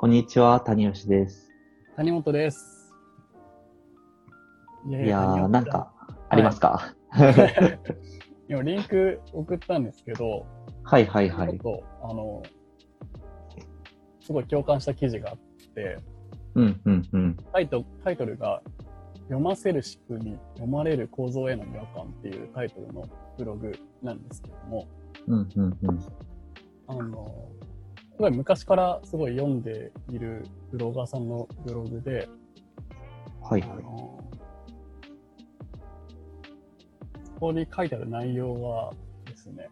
こんにちは、谷吉です。 谷本です。 いやー、 谷本ちゃん。 なんか、ありはい。 ますか？ 今、リンク送ったんですけど、 はいはいはい。 ちょっと、すごい共感した記事があって、 うんうんうん。 タイトルが、読ませる仕組み、読まれる構造への違和感っていうタイトルのブログなんですけども、 うんうんうん。 すごい昔からすごい読んでいるブロガーさんのブログで、 はいはい。 あの、ここに書いてある内容はですね、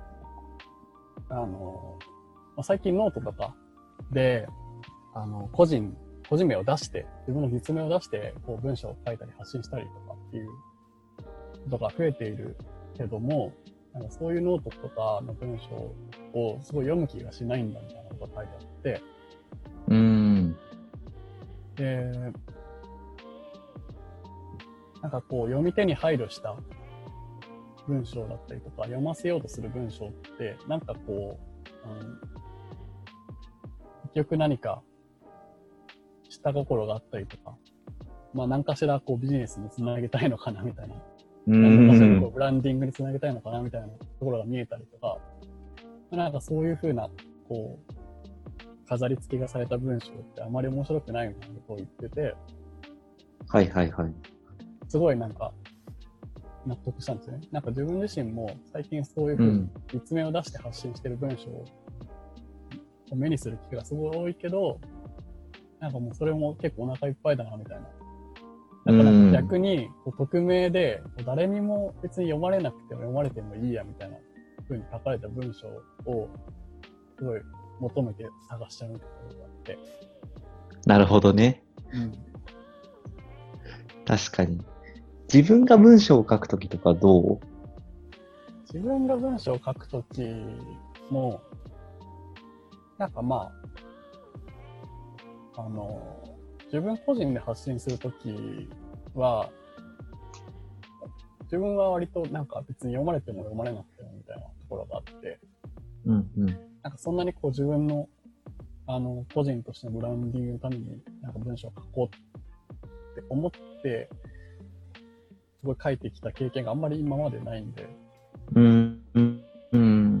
最近ノートとかで、個人名を出して、自分の実名を出して、こう文章を書いたり発信したりとかっていうことが増えているけども、なんかそういうノートとかの文章をすごい読む気がしないんだみたいなことが書いてあって、 うーん。 で、なんかこう読み手に配慮した文章だったりとか、読ませようとする文章って、なんかこう、結局何か下心があったりとか、まあ何かしらこうビジネスにつなげたいのかなみたいな、 うー何かしらこうん。 ブランディングにつなげたいのかなみたいなところが見えたりとか、なんかそういう風な、こう、飾り付けがされた文章ってあまり面白くないみたいなことを言ってて、 はいはいはい。 すごいなんか納得したんですよね。なんか自分自身も最近そういう風にうん。 実名を出して発信してる文章を目にする機会がすごい多いけど、なんかもうそれも結構お腹いっぱいだなみたいな。 うーだからなんかん。 逆にこう匿名で誰にも別に読まれなくても読まれてもいいやみたいな風に書かれた文章をすごい求めて探しちゃうみたいなことがあって。 なるほどね。 うん。 確かに。自分が文章を書くときとかどう？ 自分が文章を書くときも、なんかまあ、自分個人で発信するときは、自分は割となんか別に読まれても読まれなくてもみたいなところがあって、 うんうん。 なんかそんなにこう自分の個人としてのブランディングのためになんか文章を書こうって思って、すごい書いてきた経験があんまり今までないんで、 うーん。うん。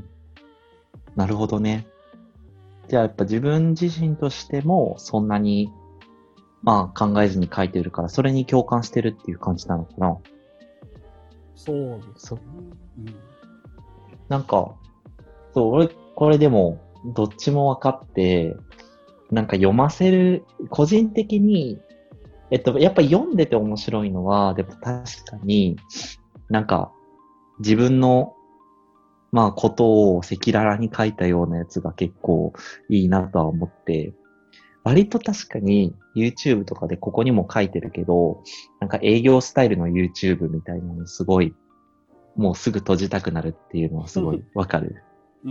なるほどね。じゃあやっぱ自分自身としてもそんなにまあ考えずに書いてるから、それに共感してるっていう感じなのかな。 そうですそう。 ね。 なんか、そう、俺、これでも、どっちも分かって、なんか読ませる、個人的に、やっぱ読んでて面白いのは、でも確かになんか自分の、まあことを赤裸々に書いたようなやつが結構いいなとは思って、割と確かに YouTube とかでここにも書いてるけど、なんか営業スタイルの YouTube みたいなのすごい、もうすぐ閉じたくなるっていうのはすごいわかる。 うん。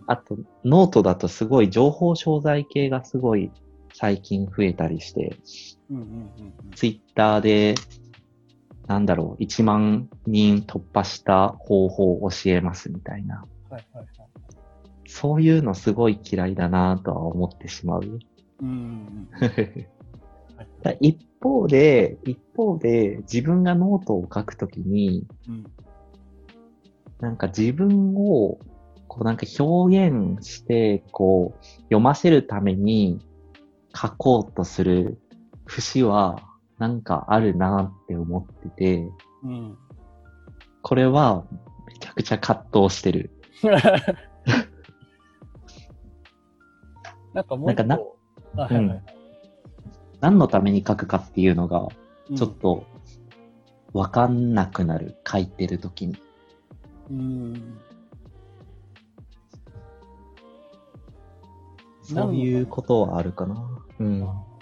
あと、ノートだとすごい情報商材系がすごい最近増えたりして、 うんうんうんうん。 ツイッターで、なんだろう、1万人突破した方法を教えますみたいな。 はいはいはい。 そういうのすごい嫌いだなとは思ってしまう。 うんうんうん。はい。 一方で、自分がノートを書くときに、 うん。 なんか自分を、こうなんか表現して、こう、読ませるために、書こうとする節はなんかあるなって思ってて、 うん。 これはめちゃくちゃ葛藤してる。 なんかもなんかな、 う一個、あ、はいはいはうん。 い。 何のために書くかっていうのが、 うん。 ちょっとわかんなくなる。書いてるときに。 うん。 そう何のためにいうことはあるかな。うん。 あ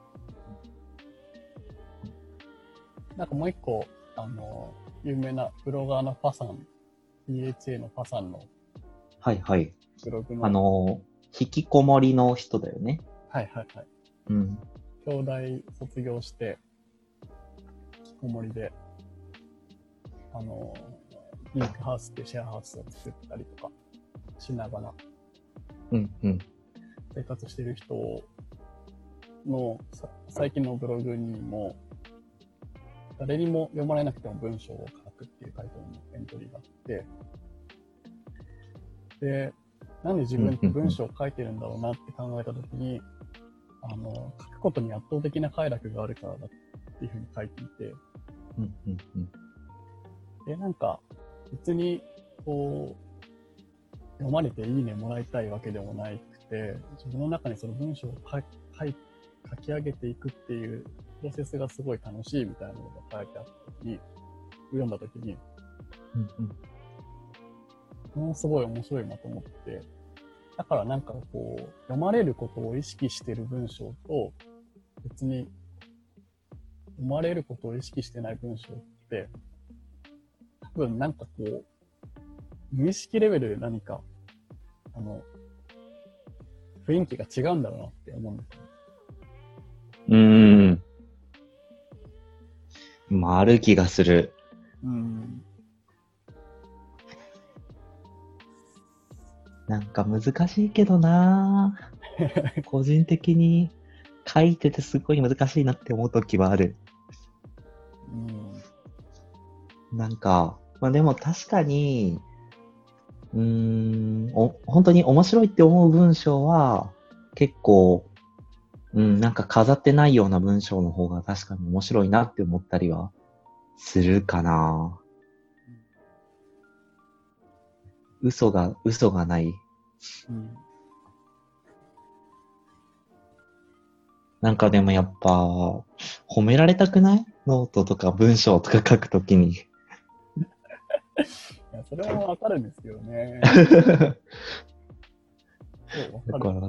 なんかもう一個、有名なブロガーのパさん、PHA のパさんのはいはい。 ブログあの、 の引きこもりの人だよね。 はいはいはい。 うん。 兄弟卒業して、引きこもりで、あの、リークハウスっていうシェアハウスを作ったりとかしながらうんうん。 生活してる人の最近のブログにも、誰にも読まれなくても文章を書くっていうタイトルのエントリーがあって、で、なんで自分って文章を書いてるんだろうなって考えたときに、書くことに圧倒的な快楽があるからだっていうふうに書いていて、で、なんか、別に、こう、読まれていいねもらいたいわけでもなくて、自分の中にその文章を書き上げていくっていうプロセスがすごい楽しいみたいなのが書いてあった時に、読んだ時に、ものすごい面白いなと思って、だからなんかこう、読まれることを意識してる文章と、別に読まれることを意識してない文章って、多分なんかこう、無意識レベルで何か、雰囲気が違うんだろうなって思うんですよね。 まあ、ある気がする。なんか難しいけどな個人的に書いててすごい難しいなって思うときはある。なんか、まあでも確かに、本当に面白いって思う文章は、結構、なんか飾ってないような文章の方が確かに面白いなって思ったりはするかな。嘘がない。なんかでもやっぱ、褒められたくない？ノートとか文章とか書くときに。 いや、それもわかるんですけどね。そう、わかる。 だから、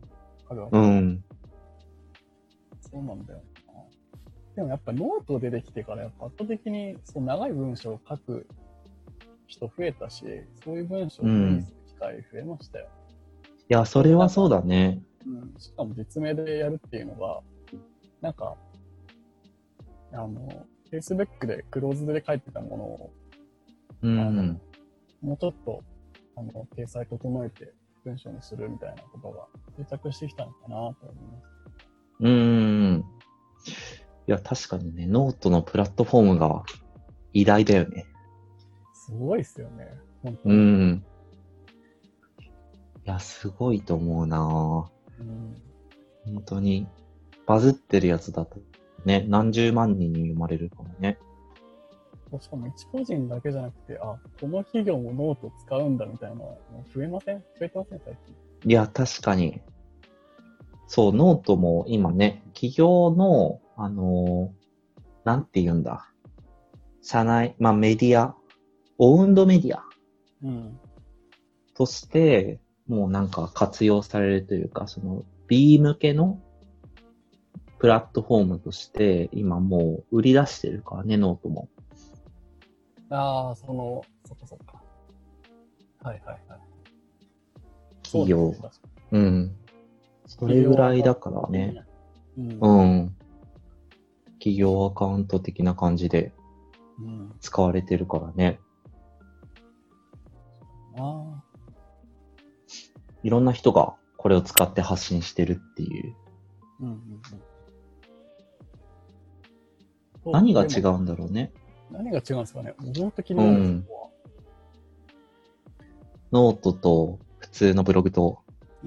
そうなんだよな。でもやっぱノート出てきてからやっぱ圧倒的にそう長い文章を書く人増えたし、そういう文章を目にする機会増えましたよ。 いや、それはそうだね。 しかも実名でやるっていうのが、なんか、Facebook でクローズで書いてたものを、もうちょっと、掲載整えて文章にするみたいなことが定着してきたのかなと思います。 いや、確かにね、ノートのプラットフォームが偉大だよね。 すごいっすよね、本当に。 いや、すごいと思うな本当に、バズってるやつだとね、何十万人に読まれるからね。 しかも一個人だけじゃなくて、この企業もノート使うんだみたいなの増えてません最近。 いや、確かに。そう、ノートも今ね、企業の、なんて言うんだ。社内、まあメディア、オウンドメディアとして、もうなんか活用されるというか、その B 向けのプラットフォームとして今もう売り出してるからね、ノートも。 そっか。はい。 企業。それぐらいだからね。企業アカウント的な感じで使われてるからね。いろんな人がこれを使って発信してるっていう。何が違うんだろうね。 何が違うんですかね。本当気になるんですよ。 ノートと普通のブログと。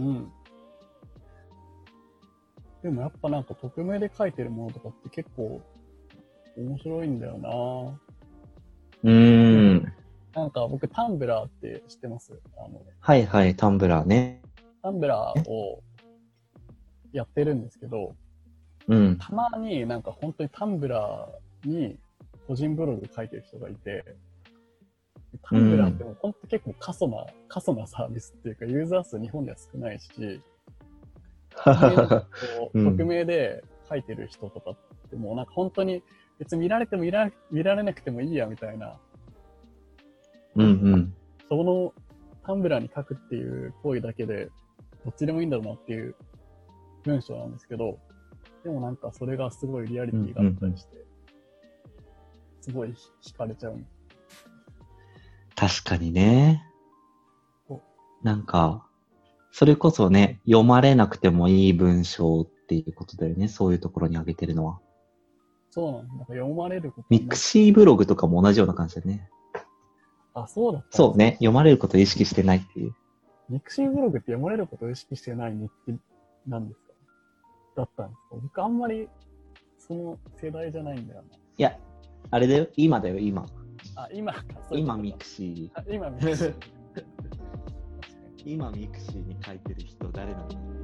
でもやっぱなんか匿名で書いてるものとかって結構面白いんだよな。なんか僕タンブラーって知ってます？ はいはい、タンブラーね。 タンブラーをやってるんですけど、たまになんか本当にタンブラーに個人ブログ書いてる人がいて、タンブラーっても本当結構過疎なサービスっていうか、ユーザー数日本では少ないし、匿名で書いてる人とかってもうなんか本当に別に見られても見られなくてもいいやみたいな。そのタンブラーに書くっていう行為だけでどっちでもいいんだろうなっていう文章なんですけど、でもなんかそれがすごいリアリティがあったりして、すごい惹かれちゃう。 確かにね。なんか、それこそね、読まれなくてもいい文章っっていうことだよね。そういうところに上げてるのは。 そうなんだ。なんか読まれることミクシーブログとかも同じような感じだよね。 あ、そうだった。 そうね。読まれることを意識してないっていう。 ミクシーブログって読まれることを意識してない日記なんですか？だったんですか？僕あんまりその世代じゃないんだよな。 いや、あれだよ。今だよ、今。 あ、今か。 今ミクシー。 今ミクシー。 今ミクシーに書いてる人誰なの？